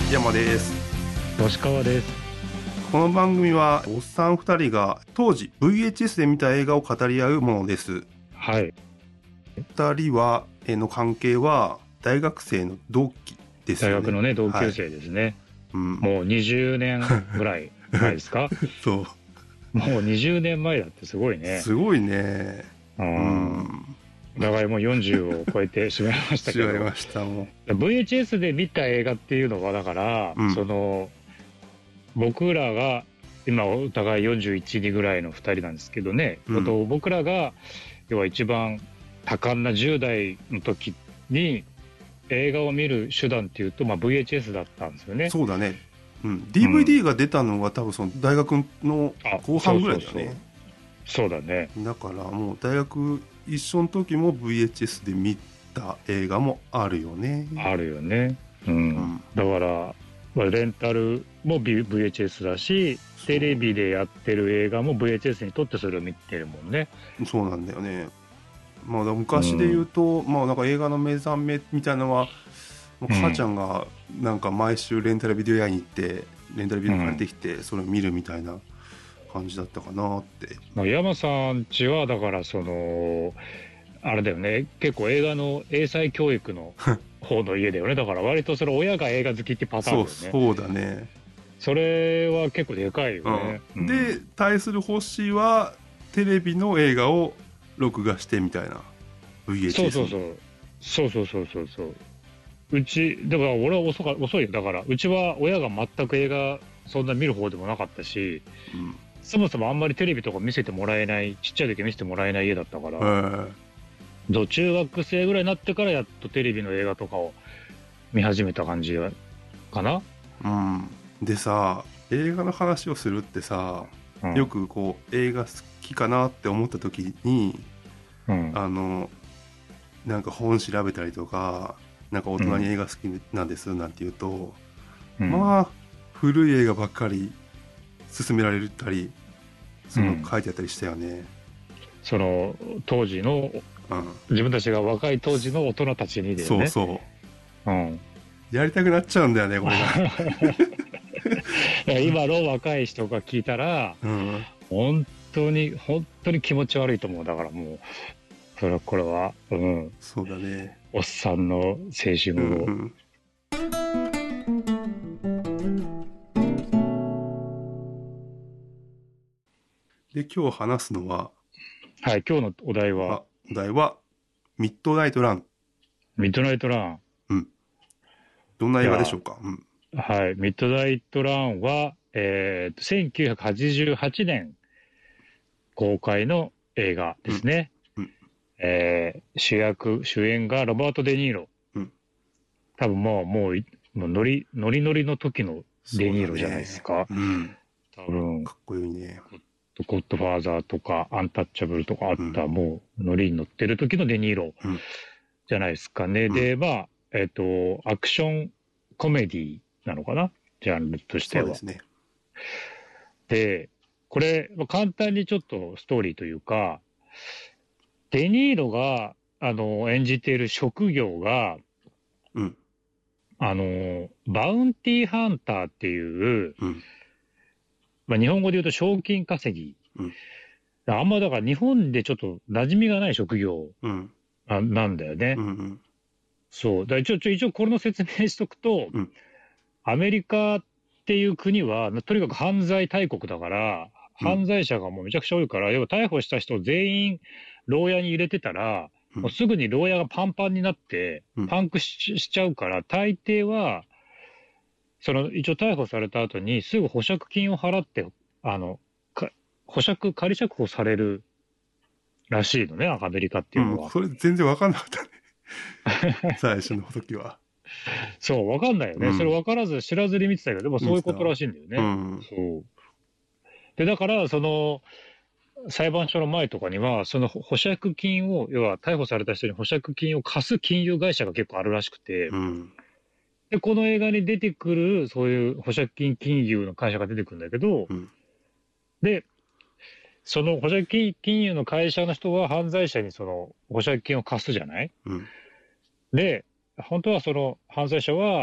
山です。 吉川です。 この番組はおっさん2人が当時 VHS で見た映画を語り合うものです。 はい。 2人はの関係は大学生の同期ですよね。 大学のね、同はい。 級生ですね。 うん。 もう20年ぐらい前ですか？ そう。 もう20年前だってすごいね。 すごいね。 ううん。 ん。 お互いもう40を超えてしまいました違いけど、 ましたもん。 VHS で見た映画っていうのは、だから、 うん。 僕らが、今お互い41、2ぐらいの2人なんですけどね、 うん。 僕らが、要は一番多感な10代の時に映画を見る手段っていうと、VHS だったんですよね。 そうだね。うん。 うん。 DVD が出たのが多分その大学のあ、そう後半ぐらそうそう。 いだよね。 そうだね。 だからもう大学一緒の時も VHS で見た映画もあるよね。 あるよね。うん。 うん。 だから、レンタルも VHS だし、テレそビでやってる映画も VHS に撮ってそれを見てるもんね。 そうなんだよね。まあ昔で言ううん。 と、まあなんか映画の目覚めみたいなのは、もう母ちゃうん。 んがなんか毎週レンタルビデオ屋に行ってレンタルビデオ借りてうん。 きてそれを見るみたいな感じだったかなって。 山さんちは、だからあれだよね。結構映画の英才教育の方の家だよね。だから割とそれ親が映画好きってパターンそうだよね。 そうだね。 それは結構でかいよね。ううん。 ん。 で対する星はテレビの映画を録画してみたいなそうそ VHS に。 うそう。そうそうそうそうそう。だから俺は遅いよ。だから、うちは親が全く映画そんな見る方でもなかったし、 うん。 そもそもあんまりテレビとか見せてもらえない、ちっちゃい時見せてもらえない家だったから、中学生ぐらいになってからやっとテレビの映画とかを見始めた感じかな。 うん。でさ、映画の話をするってさ、 うん。 よくこう映画好きかなって思った時に、 うん。 あのなんか本調べたりとか、なんか大うん。 人に映画好きなんですなんて言うと、 うん。 まあ古い映画ばっかり勧められたり、そのうん。 書いてあったりしたよね。 その、当時の、 うん。 自分たちが若い当時の大人たちにだよね。 そうそうん。 う。やりたくなっちゃうんだよね、これが。 今の若い人が聞いたら、 うん。 本当に気持ち悪いと思う。だからもう、これは、うん、 そうだね。 おっさんの青うんう春を。 ん。で、今日話すのは、 はい、今日のお題は、 お題は、ミッドナイトラン。 ミッドナイトラン。 うん。どんな映画でしじゃょうか？うん。 あ、はい、ミッドナイトランは、1988年公開の映画うん。 ですね。 うん。 主演がロバート・デ・ニーロ。 うん。 多分もうノリノリの時のデ・そうだニーロじゃないですね。 か。 うん。 多分、 かっこいいね。 ゴッドファーザーとか、アンタッチャブルとかあっうん。 た、もう、ノリに乗ってる時のデニーロうん。 じゃないですかね。 うん。 で、アクションコメディなのかな、ジャンルとしては。 そうですね。 で、これ、簡単にちょっとストーリーというか、デニーロが、演じている職業が、 うん。 バウンティーハンターっていう、 うん。 日本語で言うと賞金稼ぎ。 うん。 あんまだから日本でちょっと馴染みがない職業うん。 なんだよね。 うん。 そう。一応これの説明しとくと、 うん。 アメリカっていう国は、とにかく犯罪大国だから、 うん。 犯罪者がもうめちゃくちゃ多いから、要は逮捕した人を全員牢屋に入れてたら、 うん。 もうすぐに牢屋がパンパンになって、 うん。 パンクしちゃうから、大抵は、一応逮捕された後にすぐ保釈金を払って、あの、仮釈放されるらしいのね、アメリカってうん。 いうのは。 それ全然わかんなかったね。最初の時は。 そう、わかんないよね。それうん。 わからず知らずに見てたけど、でもそういうこと見てた。 らしいんだよね。 うん。 そう。で、だから、裁判所の前とかには、その保釈金を、要は逮捕された人に保釈金を貸す金融会社が結構あるらしくて、 うん。 で、この映画に出てくる、そういう保釈金金融の会社が出てくるんだけど、 うん。 で、その保釈金金融の会社の人は犯罪者にその保釈金を貸すじゃない。 うん。 で、本当はその犯罪者は、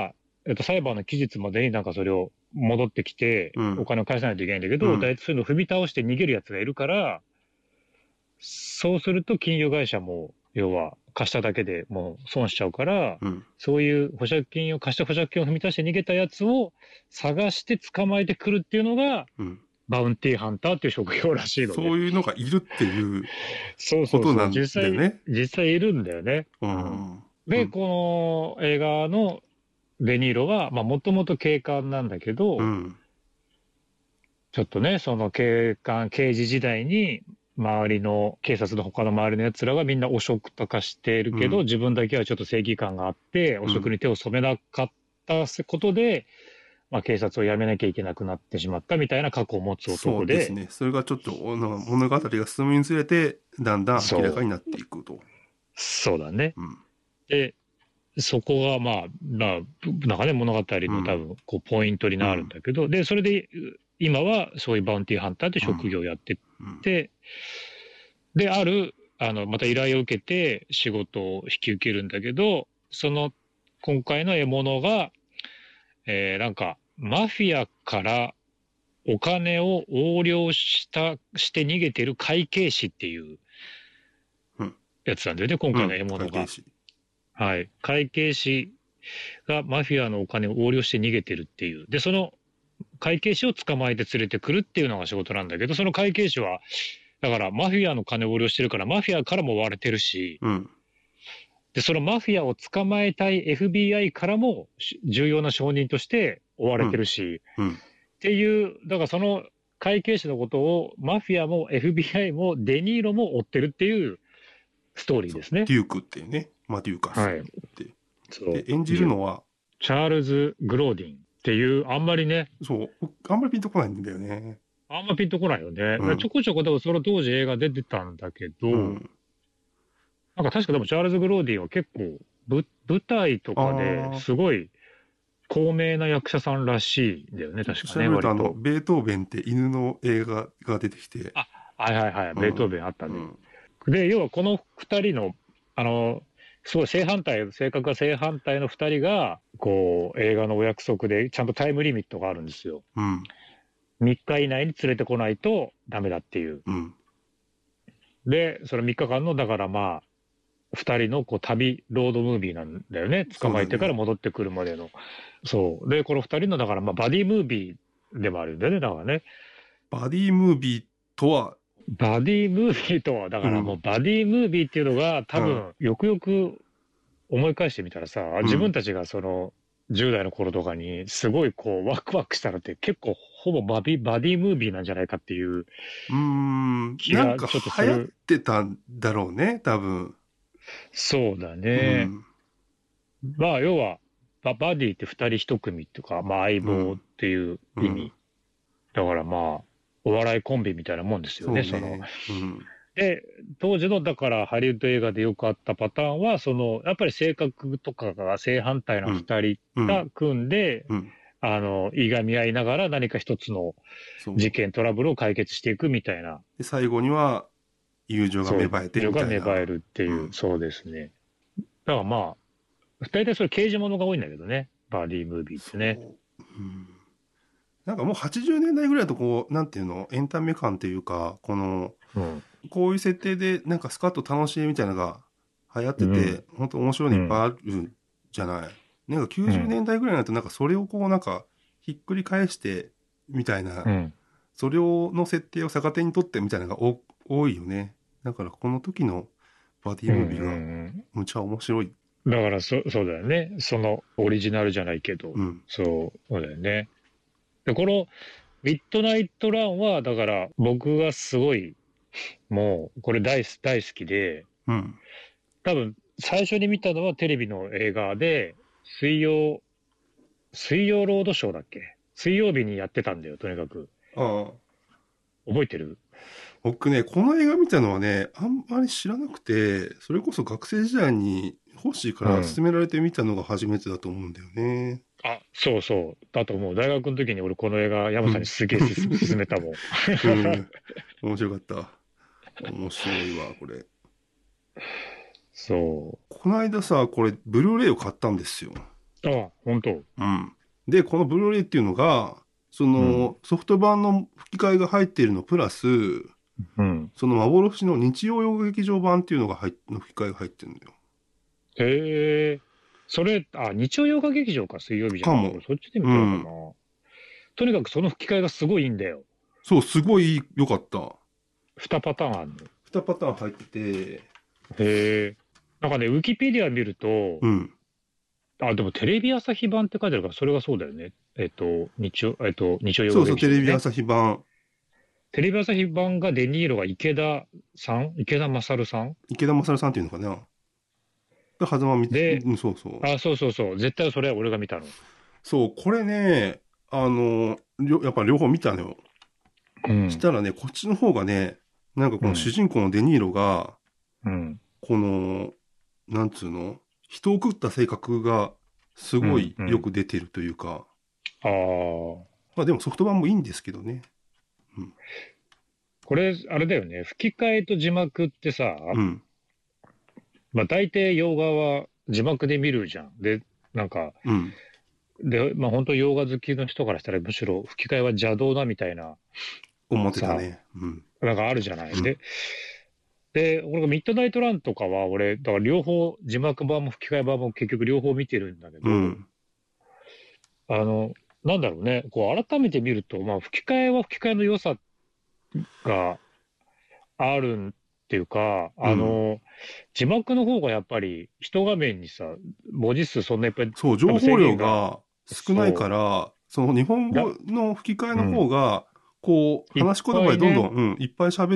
裁判の期日までになんかそれを戻ってきて、 うんお金を返さないといけないんだけど、 うん大体そういうのを踏み倒して逃げるやつがいるから、そうすると金融会社も、要は貸しただけでもう損しちゃうから、 うんそういう貸した保釈金を踏み出して逃げたやつを探して捕まえてくるっていうのが、 うんバウンティーハンターっていう職業らしいので。 そういうのがいるっていうそうそうそう。 ことなんだよね。 実際いるんだよね。 うんで、 うんこの映画のデニーロは、まあもともと警官なんだけど、 うんちょっとね、その刑事時代に、警察の他の周りの奴らがみんな汚職とかしてるけど、 うん自分だけはちょっと正義感があって、汚職に手を染めなかったことで、まあ警察を辞めなきゃいけなくなってしまったみたいな過去を持つそ男で、 うですね。それがちょっと物語が進むにつれて、だんだん明らかになっていくと。 そうだね。 うんで、そこがなんかね、物語の多分、こう、ポイントになるんだけど、で、それで、今はそういうバウンティーハンターって職業をやってうんて、で、また依頼を受けて仕事を引き受けるんだけど、今回の獲物が、なんか、マフィアからお金を横領して逃げてる会計士っていううんやつなんだよね、今回の獲物が。 会計士はい。会計士がマフィアのお金を横領して逃げてるっていう。で、その会計士を捕まえて連れてくるっていうのが仕事なんだけど、その会計士は、だからマフィアの金を横領してるから、マフィアからも追われてるし、 うんで、そのマフィアを捕まえたい FBI からも重要な証人として追われてるし、 うんっていう、だからその会計士のことをマフィアも FBI もデニーロも追ってるっていうストーリーですね。 デュークっていうね。デューカスはい。 って。 そうで、演じるのは、 チャールズ・グローディンっていう、あんまりね、 そう、あんまりピンとこないんだよね。 あんまピンとこないよね。 うんちょこちょこ多分その当時映画出てたんだけど、 うんなんか確かでもチャールズ・グローディンは結構舞台とかあでーすごい高名な役者さんらしいんだよね、確かね、 調べると割と。 ベートーベンって犬の映画が出てきて。 はいはいはい、ベートーベンあったね。 うんで、要はこの二人の、すごい性格が正反対の二人が、こう、映画のお約束でちゃんとタイムリミットがあるんですよ。 うん 3日以内に連れてこないとダメだっていう。 うんで、その3日間の、だからまあ、2人のこうロードムービーなんだよね。捕まえてから戻ってくるまでの。そう。で、この2人の、だからまあ、バディムービーでもあるんだよね、だからね。 バディムービーとは、 バディムービーとは、だからもうバディムービーっていうのが多分、よくよく思い返してみたらさ、自分たちがその、10代の頃とかに、すごいこう、ワクワクしたのって結構、ほぼバディムービーなんじゃないかっていう気なんかがちょっとす流行っる。 てたんだろうね、多分。 そうだね。まあ、要は、バディって二人一組とか、まあ相棒っていう意味。だからまあ、お笑いコンビみたいなもんですよね、その。で、当時の、だからハリウッド映画でよくあったパターンは、やっぱり性格とかが正反対の二人が組んで、いがみ合いながら何か一つの事件、トラブルを解決していくみたいな。 で、最後には、友情が芽生えてみたいな。 友情が芽生えるっていう、そうですね。だからまあ、大体それ刑事物が多いんだけどね、バディムービーってね。 なんかもう80年代ぐらいだとこう、なんていうの、エンタメ感というか、こういう設定でなんかスカッと楽しいみたいなのが流行ってて、本当面白いのいっぱいあるじゃない。なんか90年代ぐらいになるとなんかそれをこうなんかひっくり返してみたいな、それの設定を逆手に取ってみたいなのが多いよね。だからこの時のバディムービーがむちゃ面白い。 だからそうだよね。そのオリジナルじゃないけど、そうだよね。で、このミッドナイトランは、だから僕がすごい、もうこれ大好きで、多分最初に見たのはテレビの映画で、水曜ロードショーだっけ？水曜日にやってたんだよ、とにかく。覚えてる？ 僕ね、この映画見たのはね、あんまり知らなくて、それこそ学生時代にホッシーから勧められて見たのが初めてだと思うんだよね。 そうそう。だと思う。大学の時に俺この映画、山さんにすげえ勧めたもん。 面白かった。面白いわ、これ。 そう。 この間さ、これ、ブルーレイを買ったんですよ。 あ、本当。 うん。で、このブルーレイっていうのが、 うん。 ソフト版の吹き替えが入っているのプラス、 うん。 その幻の日曜洋画劇場版っていうのがの吹き替えが入ってるんだよ。 へえ。それ、あ、日曜洋画劇場か、水曜日じゃなくて、 かも。 俺そっちで見たのかな。 うん。 とにかくその吹き替えがすごいいいんだよ。 そう、すごい良かった。 2パターンあるの。 2パターン入ってて、 へえ。なんかね、ウィキペディア見ると、 うん。 あ、でもテレビ朝日版って書いてあるから、それがそうだよね。日曜洋画そうそう、テ劇場でね。 レビ朝日版。 テレビ朝日版がデニーロが池田勝さん池田勝さんっていうのかな。が、狭間みつ、 で、 うん、そうそう。 あ、そうそうそう。絶対それ俺が見たの。 そう、これね、やっぱ両方見たのよ。 うん。 したらね、こっちの方がね、なんかこの主うん。 人公のデニーロが、 うん。 この、なんつうの、人を食った性格がすうん。 ごいようん。 く出てるというか、 ああ。 まあでもソフト版もいいんですけどね。うん。 これ、あれだよね。吹き替えと字幕ってさ、 うん。 まあ大抵洋画は字幕で見るじゃん。で、なんか、 うん。 で、まあ本当洋画好きの人からしたらむしろ吹き替えは邪道だみたいな思ってたさ、 ね。うん。 なんかあるじゃない。 うん。 で、俺がミッドナイトランとかは俺、だから両方字幕版も吹き替え版も結局両方見てるんだけど、 うん。 あの、なんだろうね、こう改めて見ると、まあ吹き替えは吹き替えの良さがあるっていうか、 うん。 字幕の方がやっぱり一画面にさ、文字数そんないっぱい、 そう、 多分情報制限が、 量が少ないかそら、その日本う、 語の吹き替えの方うん、 が、こう、 いっ話し言葉でどんどん、 ぱいね、 うん、いっぱい喋って、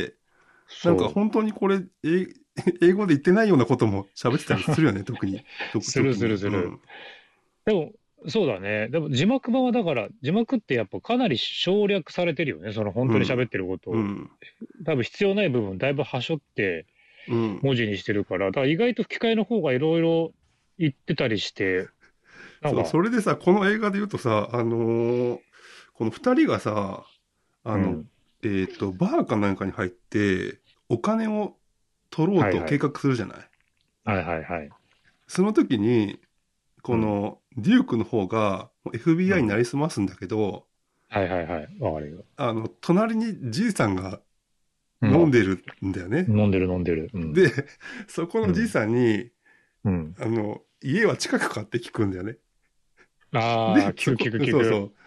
なんかそう、 本当にこれ、英語で言ってないようなことも喋ってたりするよね、特に。 する時に。 するする。 うん。 でも、そうだね。でも字幕版はだから、字幕ってやっぱかなり省略されてるよね。その本当に喋うん。 ってることを。 うん。 多分必要ない部分だいぶはしょってうん。 文字にしてるから、だから意外と吹き替えの方がいろいろ言ってたりして、なんそう、 か、 それでさ、この映画で言うとさ、この二人がさ、あの、 うん。 バーかなんかに入って、お金を取ろうはいはい。 と計画するじゃない。 はいはいはい。 その時に、こうん。 のデュークの方がう FBI になん。 りすますんだけど、 はいはいはい。わかるよ。 隣にじいさんがうん。 飲んでるんだよね。 飲んでる飲んでる。うん。 で、そこのじいうん。 さんに、 うん。 家は近くかって聞くんだよね。で、 ああ、聞く聞く聞く。 そうそう。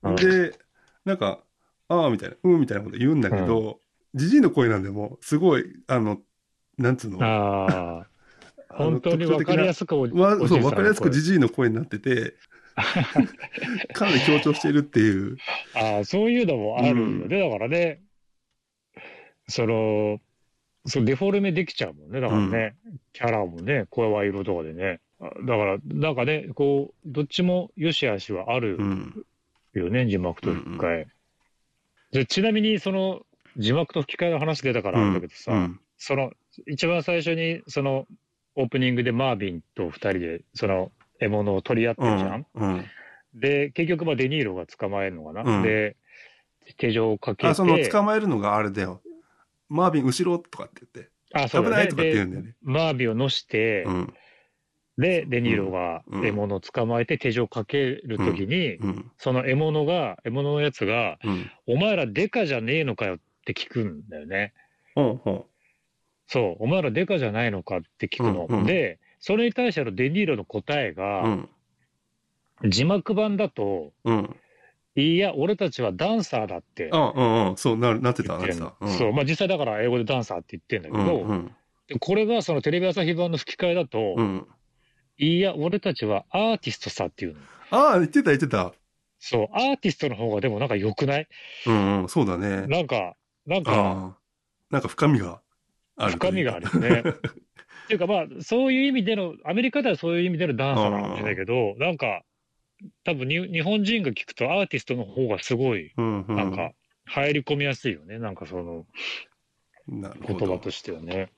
うん。 で、なんか、ああ、みたいな、うん、みたいなこと言うんだうん。 けど、じじいの声なんでもう、すごい、なんつうの、 ああ、本当にわかり特徴的な、 やすくそう、 おじいわかりやすくさんの声。 じじいの声になってて、かなり強調しているっていう。 ああ、そういうのもうあるよん、 ね。だからね、その、デフォルメできちゃうもんね。だうん、 からね、キャラもね、声色とかでね。だから、なんかね、こう、どっちも良し悪しはあるうん、 よね、字幕うん、うと吹きん、 替え。で、ちなみに、字幕と吹き替えの話出たからあれだうん、 けどさ、 うん、 一番最初に、オープニングでマービンと二人で、獲物を取り合っうん、 てるじゃん。 うん。 で、結局、まあ、デニーロが捕まえるのかな。 うん。 で、手錠をかけあ、 て、 捕まえるのがあれだよ。マービン後ろとかって言って、 あ、そうだね。 危ないとかってで、 言うんだよね。 マービンを乗して、 うん、 で、デニーロうん、 が獲うん、 物を捕まえて手錠をかけるとうん、 きに、 うん、 その獲物のやつが、 うん、 お前らデカじゃねえのかよって聞くんだよね。 ほん、ほん、 そう、お前らデカじゃないのかって聞うん、 くの。 うん、 で、それに対してのデニーロの答えが、 うん、 字幕版だと、 うん。 いや、俺たちはダンサーだってあ、うん、うん、そう、なってた、な言ってんの。 ってた。うん、 そう、まあ実際だから英語でダンサーって言ってんだうん、 けど、 うん、 でこれがそのテレビ朝日版の吹き替えだと、 うん。 いや、俺たちはアーティストさっていうの。 ああ、言ってた、言ってた。 そう、アーティストの方がでもなんか良くない？ うん、うん、そうだね。 なんか、なんか、 ああ、なんか深みがあるというか。 深みがあるよね。っていうかまあ、そういう意味での、アメリカではそういう意味でのダンサーなのかもしれないああ、 けど、なんか、多分日本人が聞くとアーティストの方がすごい、 うん、 なんか、入り込みやすいよね。なんかうん。なるほど。 言葉としてはね。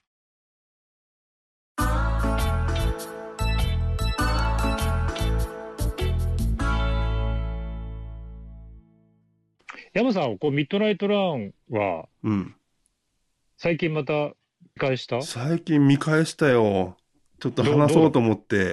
山さん、ミッドナイトランは、 うん。 最近また見返した？ 最近見返したよ。ちょっとどうだった？ 話そうと思って。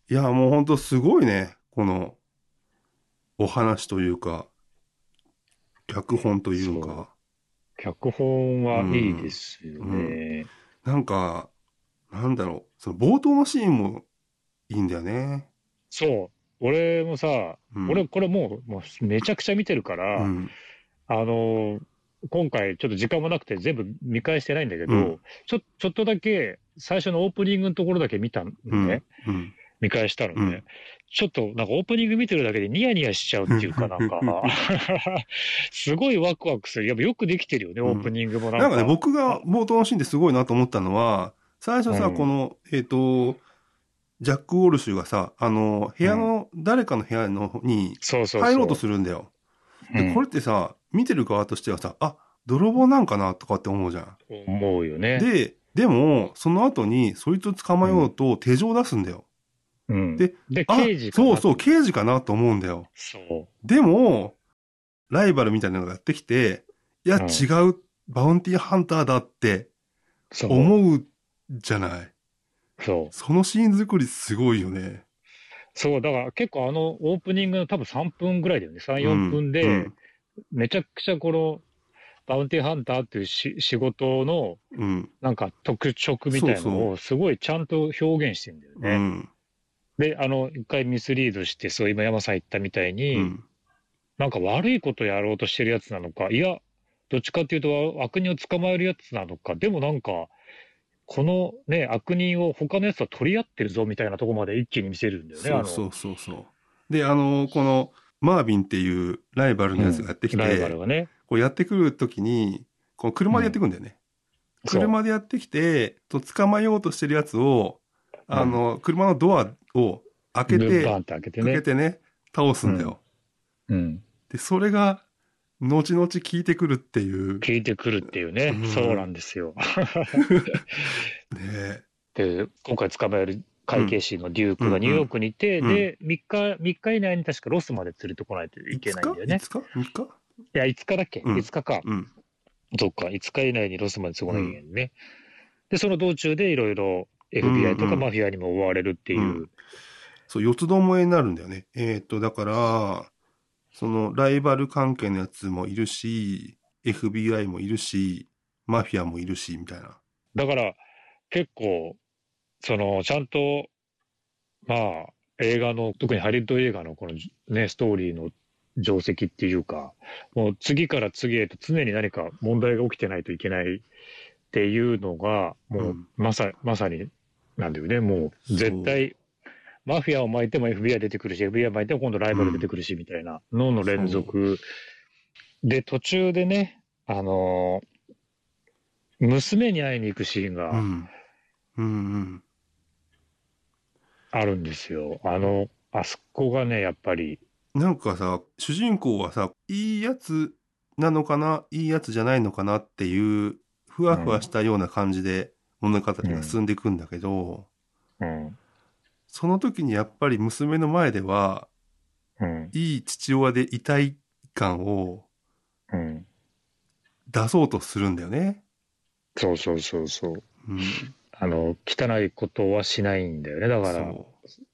いや、もうほんとすごいね。このお話というか、脚本というそう。 か。 脚本うはいいでん。 すようん。 ね。 なんか、なんだろう。その冒頭のシーンもいいんだよね。 そう。俺もさ、 うん。 俺これもうめちゃくちゃ見てるから、 うん。 あの、今回ちょっと時間もなくて全部見返してないんだけうん。 ど、ちょっとだけ最初のオープニングのところだけ見たのうん。 ね。 うん。 見返したのね。 うん。 ちょっとなんかオープニング見てるだけでニヤニヤしちゃうっていうかなんかすごいワクワクする。やっぱよくできてるよね、オープうん。 ニングもなんなんかね、 か。 僕が冒頭のシーンですごいなと思ったのは、最初さ、こうん、 の、ジャック・ウォルシュがさ、部うん。 屋の、誰かの部屋のにそうそう入ろうとそするんだよ。 う。うで、こん。 れってさ、見てる側としてはさ、あ、泥棒なんかなとかって思うじゃん。 思うよね。 でも、その後に、そいつを捕まえよううん。 と手錠を出すんだよ。 うん。 で、 で、 あ、 刑事かそうそう、 なと。 刑事かなと思うんだよ。 そでも、ライバルみたいなのがやってきて、いや、 う。うん。 違う、バウンティーハンターだってそ思うじゃない。 う。そう。 そのシーン作りすごいよね。 そう。だから結構オープニングの多分3分ぐらいだよね。3、4 うん、 分で、 うん、 めちゃくちゃこの、バウンティーハンターっていう仕事の、 うん。 なんか特色みたいのそうそをすごいちゃんと表現してんだよう。うね。 ん、 で、一回ミスリードして、そう今山さん言ったみたいに、 うん。 なんか悪いことやろうとしてるやつなのか、いや、どっちかっていうと悪人を捕まえるやつなのか、でもなんか、このね、悪人を他のやつと取り合ってるぞみたいなところまで一気に見せるんだよね、 そうそうそうそう。で、この、マービンっていうライバルのやつがやってきライバルて、 がね。 こうやってくるときに、こう車でやってくるんだよね。 そ車でやってきて、捕まえようとしてるやつを、 う。 車のドアを開けて、 バーンって開けてね。 かけてね、倒すうん。 んだよ。 うん。 で、それが、後々効いてくるっていう。 聞いてくるっていううね。そうなん。 んですよ。 ねえ。 で、今回捕まえる会計うん。 士のデューうん、 クがニューヨークにいて、 うん。うん。 で、3日以内に確かロスまで連れてこないといけ 5日ないんだよね。 ?5 日 ?3 日いや、5日だっけ？ うん。 5 日か。 うん。 そっか、5日以内にロスまで過ごなきゃいけうん。 ないね。で、その道中でいろいろうん。う FBI とかマん。 フィアにも追われるってうん。 いう。 そう、四つどもえになるんだよね。だから、その、ライバル関係のやつもいるし、FBI もいるし、マフィアもいるし、みたいな。 だから結構、ちゃんと、まあ、映画の、特にハリウッド映画のこのね、ストーリーの定石っていうか、もう次から次へと常に何か問題が起きてないといけないっていうのが、もううん。 まさに、なんだよね、もう絶そ対、マフィアを巻いても FBI 出てくるし、FBI 巻いても今度ライう。うバル出てん。 くるし、みたいなのの連そ続で、途中でね、娘に会いに行くシーンう。うがん。うん。 あるんですよ。あそこがね、やっぱり、 なんかさ、主人公はさ、いいやつなのかな、いいやつじゃないのかなっていう、ふわふわうん、 したような感じで物語うん、 が進んでいくんだけど、 うん、 その時にやっぱり娘の前では、 うん、 いい父親でいたい感をうん。 出そうとするんだよね。 そうそうそうそう。 うん。 汚いことはしないんだよね。だから、 そ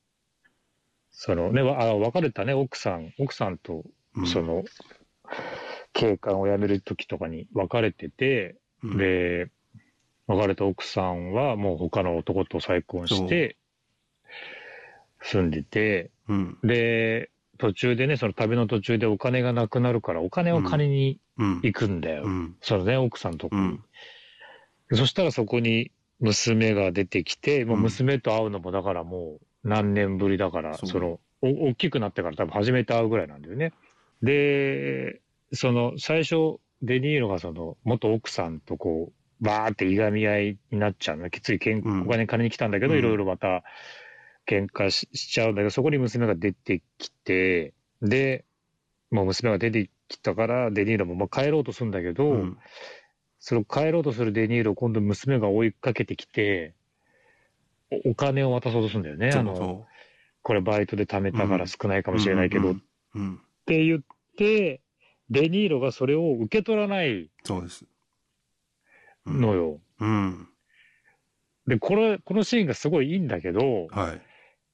別れたね、奥さんと、 う。うん。 その、警官を辞める時とかに別れてて、 うん。 で、別れた奥さんはもう他の男と再婚しそて住んでて、 う。うん。 で、途中でね、その旅の途中でお金がなくなるからお金を借うん。 りにうん。 行くんだよ。 うん。 そのね、奥さんのとこに。 うん。 そしたらそこに娘が出てきて、もううん。 娘と会うのもだからもう何年ぶりだから、 そう。 大きくなってから多分初めて会うぐらいなんだよね。で、最初、デニーロが元奥さんとこう、バーっていがみ合いになっちゃうの。きついおうん。 金借りに来たんだけど、いろいうん。 ろまた喧嘩しちゃうんだけど、そこに娘が出てきて、で、もう娘が出てきたから、デニーロももう帰ろうとするんだけど、 うん。 それを帰ろうとするデニーロを今度娘が追いかけてきて、お金を渡そうとするんだよね。 そうそこれバイトで貯めう。うたからん。 少ないかもうん。うん。 しれないけどっうん。うん。 て言って、デニーロがそれを受け取らないそうです。うん。 のよ。 うん。 で、このシーンがすごいいいんだけど、 はい。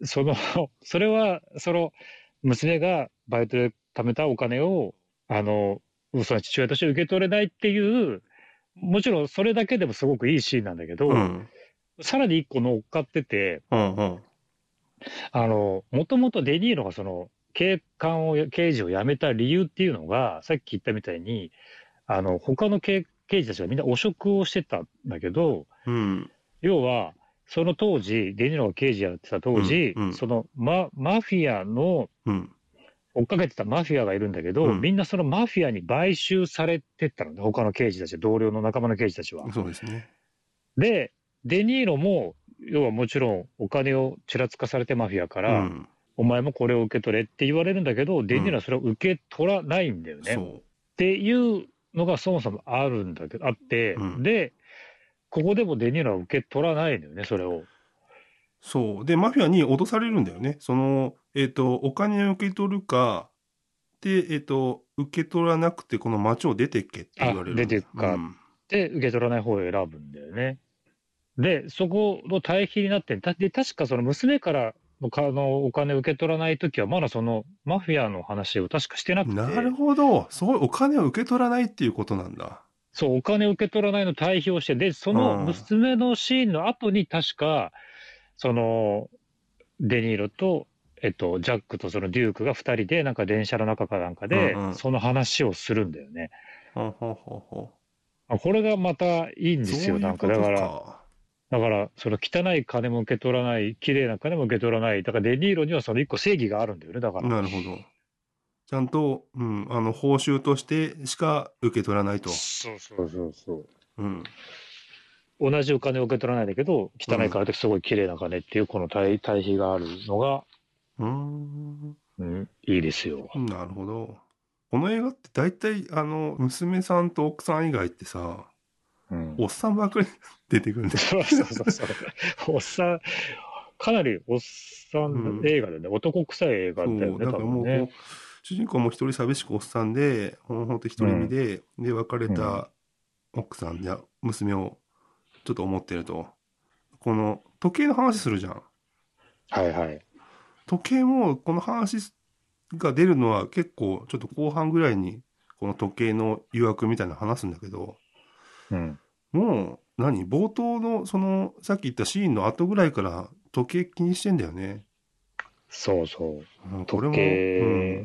それは、娘がバイトで貯めたお金を、その父親として受け取れないっていう、もちろんそれだけでもすごくいいシーンなんだけど、 うん。 さらに一個乗っかってて、 うんうん。 もともとデ・ニーロが刑事を辞めた理由っていうのが、さっき言ったみたいに、他の刑事たちがみんな汚職をしてたんだけど、 うん。 要は、その当時、デ・ニーロが刑事やってたうん。 当時、 うん。 そのマフィアの、 うん。 追っかけてたマフィアがいるんだけど、 うん。 みんなそのマフィアに買収されてったのね、他の刑事たち、同僚の仲間の刑事たちは。 そうですね。 で、デ・ニーロも、要はもちろんお金をちらつかされてマフィアから、 うん。 お前もこれを受け取れって言われるんだけど、デ・ニーロはうん。 それを受け取らないんだよね。っそていうのがそもそもあるんだけど、あって、 う。うん。 で、ここでもデ・ニーロは受け取らないのよね、それを。 そう。で、マフィアに脅されるんだよね。お金を受け取るか、で、受け取らなくてこの街を出てけって言われる出んだよ。 ていくかっうん。 て受け取らない方を選ぶんだよね。で、そこの対比になってで、確かその娘からのお金を受け取らないときは、まだそのマフィアの話を確かしてなくなるて、 ほど。そういうお金を受け取らないっていうことなんだ。 そう、お金を受け取らないの対比をして、で、そのうん。 娘のシーンの後に確か、その、デニーロと、ジャックとそのデュークが二人で、なんか電車の中かなんかで、 うんうん。 その話をするんだよね。 ほうほうほうほう。 これがまたいいんですよ。なんか、 そういうことか。 その汚い金も受け取らない、綺麗な金も受け取らない。だからデニーロにはその一個正義があるんだよね。だから。 なるほど。ちゃんと、うん、報酬としてしか受け取らないと。 そうそうそうそう。 うん。 同じお金を受け取らないんだけど、 うん。 汚い金ってすごい綺麗な金っていうこの対比があるのが、 うーん。 うん、いいですよ。 なるほど。この映画って大体、娘さんと奥さん以外ってさ、 うん。 おっさんばっかり出てくるんだよ。 そうそうそうそう。おっさん、かなりおっさんうん。 映画でね、男臭い映画だよそう。 ね、 だからもう、 多分ね。 主人公も一人寂しくおっさんで、ほんと独り身うん。 で、別れうん。 た奥さんや娘をちょっと思ってると。この時計の話するじゃん。 はいはい。 時計もこの話が出るのは結構ちょっと後半ぐらいにこの時計の誘惑みたいなの話すんだけど、 うん。 もう冒頭のそのさっき言ったシーンの後ぐらいから時計気にしてんだよね。 そうそう。 うん、こ時れも、う計、 ん、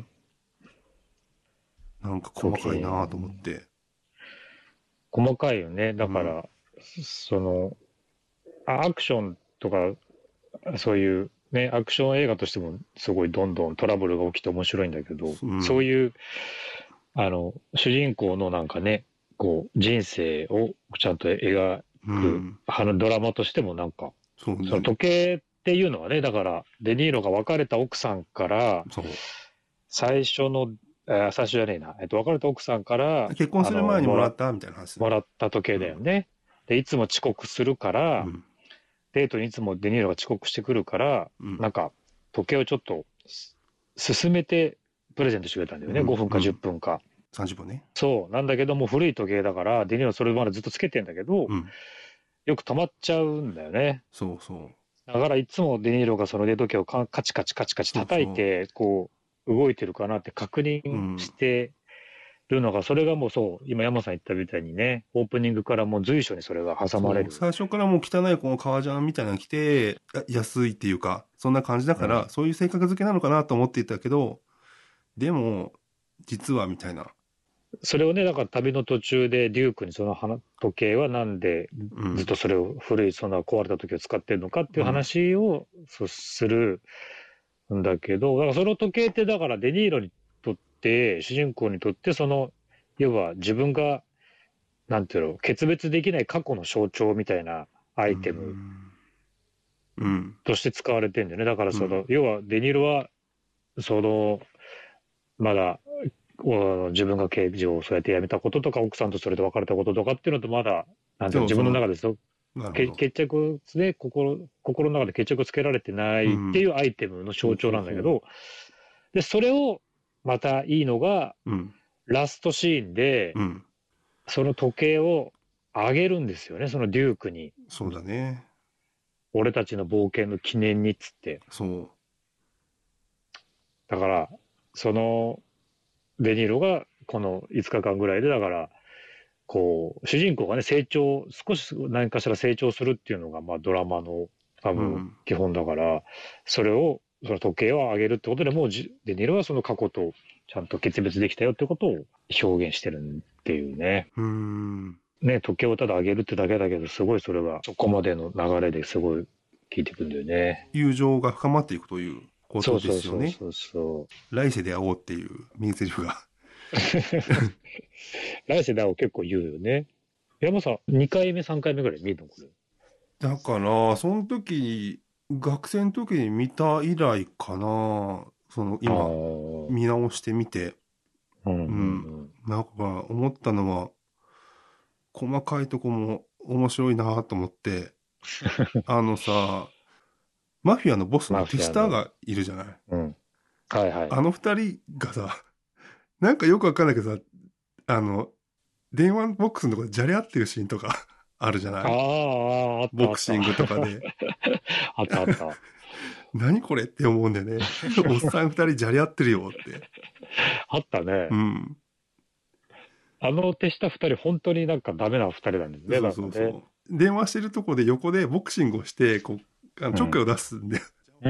なんか細時かいなと思っ計、 て。 細かいよね。 うん、 だから、その、アクションとか、そういうね、アクション映画としてもすごいどんどんトラブルが起きて面白いんだけど、 うん、 そういう、主人公のなんかね、こう、人生をちゃんと描うく、 ん、 ドラマとしてもなんか、そのそうね、 時計っていうのはね、だから、デニーロが別れた奥さんから、 そ最初の、最初じゃねえな、別れた奥さんから、 う。結婚する前にもらったみたいな話する。 もらった時計うん、 だよね。で、いつも遅刻するから、 うん、 デートにいつもデニーロが遅刻してくるから、 うん、 なんか、時計をちょっと進めてプレゼントしてくれたんだよね。 うん、 5分か10 うん。 分か。 30分ね。 そう。なんだけども、古い時計だから、デニーロそれまでずっとつけてんだけど、 うん、 よく止まっちゃうんだよね。 そうそう。 だからいつもデニーロがその腕時計をカチカチカチカチそうそ叩いて、こう、動いてるかなって確う。う認しん。 てるのが、それがもうそう、今山さん言ったみたいにね、オープニングからもう随所にそれが挟まそう。 れる。 最初からもう汚いこの革ジャンみたいなの着て、安いっていうか、そんな感じだから、 うん。 そういう性格付けなのかなと思っていたけど、でも、実はみたいな。 それをね、だから旅の途中でデュークにその時計はなんでうん。 ずっとそれを古いそんな壊れた時計を使ってるのかっていううん。 話をするんだけど、だからその時計ってだからデニーロにとって、主人公にとってその、要は自分が、なんていうの、決別できない過去の象徴みたいなアうイテムん。うん。 として使われてんだよね。だからうん。 要はデニーロは、その、まだ自分が刑事をそうやって辞めたこととか、奥さんとそれで別れたこととかっていうのとまだ、なんていうの、自分のそうそう。 中でなるほど。 決着で心の中で決着をつけられてないってうん。 いうアイテムのそう象徴そうそなんだけど、で、それをまたいいのが、 う。うん。 ラストシーンで、 うん。 その時計をあげるんですよね、そのデュークに。 そうだね。 俺たちの冒険の記念にっつって。 そう。 だから、その、デニーロがこの5日間ぐらいで、だから、こう、主人公がね、少し何かしら成長するっていうのが、まあドラマの多分基本だから、その時計を上げるってことでもうデニーロはその過去とちゃんと決別できたよってことを表現してるっていうね。ね、時計をただ上げるってだけだけど、すごいそれが、そこまでの流れですごい効いてくんだよね。 友情が深まっていくということですよね。 そう。 来世で会おうっていう名台詞が。 来世で会おう結構言うよね。山さん、2回目、3回目ぐらい見るのこれ。 だから、その時、学生の時に見た以来かな。今、見直してみて。なんか思ったのは、細かいとこも面白いなと思って、さ、マフィアのボスのテスターがいるじゃない。 はいはい。 あの二人がさ、なんかよくわかんないけどさ、電話ボックスのところでじゃれ合ってるシーンとかあるじゃない。 あった。 ボクシングとかで。 あった。 何これって思うんだよね。おっさん二人じゃれ合ってるよって。 あったね。あの手下二人、本当になんかダメな二人なんですね。そう。 電話してるとこで横でボクシングをして、こう、ちょっかいを出すんで。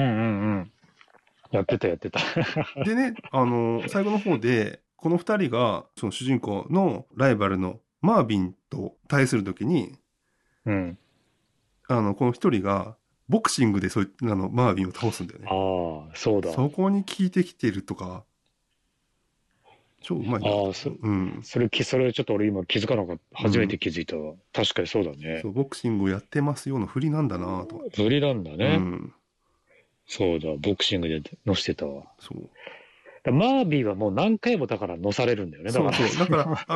やってた。 でね、最後の方で、この二人が、その主人公のライバルのマービンと対するときに、この一人が、ボクシングでマービンを倒すんだよね。 ああ、そうだ。 そこに効いてきてるとか、超うまいな。 それちょっと俺今気づかなかった。初めて気づいたわ。確かにそうだね。 そう、ボクシングをやってますよの振りなんだなと。 振りなんだね。そうだ、ボクシングで乗せてたわ。 そう。 マービーはもう何回もだから乗されるんだよね。 だから、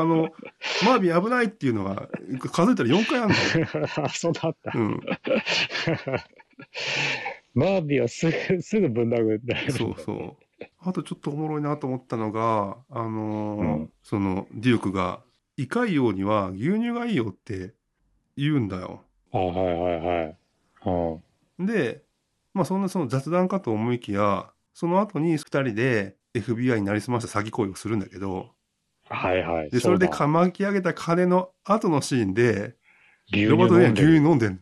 マービー危ないっていうのが、数えたら4回あるんだよ。 そうだった。マービーはすぐぶん殴るんだよね。 そう。あとちょっとおもろいなと思ったのが、そのデュークが、胃潰瘍には牛乳がいいよって言うんだよ。 はい。 で、まあその雑談かと思いきや、その後に2人で FBI になりすました詐欺行為をするんだけど、で、それで巻き上げた金の後のシーンで、ロバート・デニーロ牛乳飲んでん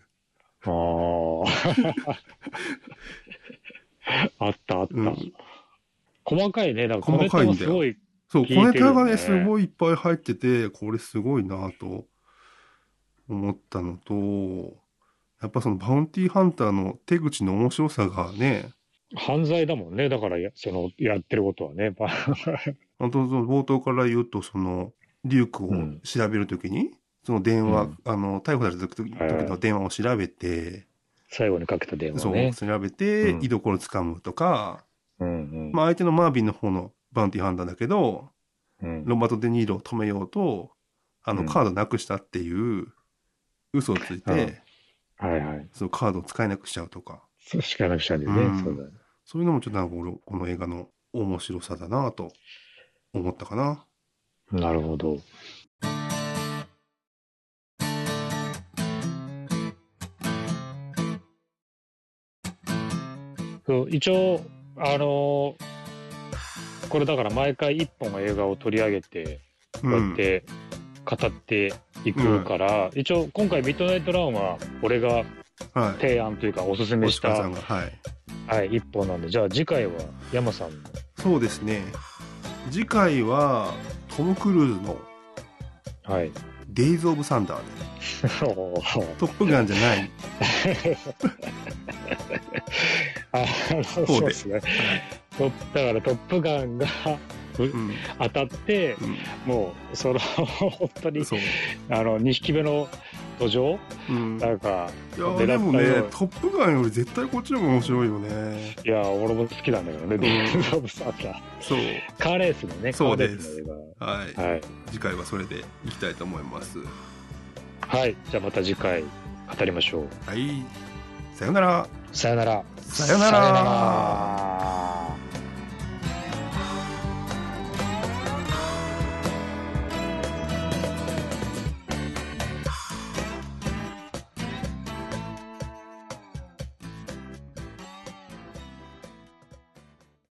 あった。細かいね。だから細かいんだよ。そう、小ネタがね、すごいいっぱい入ってて、これすごいなと思ったのと、やっぱそのバウンティーハンターの手口の面白さがね。 犯罪だもんね。だからやってることはね。 本当冒頭から言うと、デュークを調べるときに、その電話、逮捕された時の電話を調べて、 最後にかけた電話ね。 そう、調べて、居所をつかむとか、まあ相手のマービンの方のバウンティーハンターだけど、ロバート・デ・ニーロを止めようと、カードなくしたっていう嘘をついて、そのカードを使えなくしちゃうとか。 使えなくしちゃうんだよね。 そういうのもちょっとなんかこの映画の面白さだなと思ったかな。 なるほど。一応、これだから毎回一本映画を取り上げて、こうやって語っていくから、一応今回ミッドナイトランは俺が提案というかおすすめした、一本なんで、じゃあ次回は山さんの。 そうですね。次回はトム・クルーズのデイズ・オブ・サンダーで。トップガンじゃない。 そうですね。だからトップガンが当たって、もう本当に2匹目の途上、なんかいやでもね、トップガンより絶対こっちの方が面白いよね。 いや俺も好きなんだけどね、デイズ・オブ・サンダー。そう、カーレースのね。 そうです。はい。次回はそれでいきたいと思います。 はい、じゃあまた次回語りましょう。 はい、さよなら。 さよなら。 さよなら。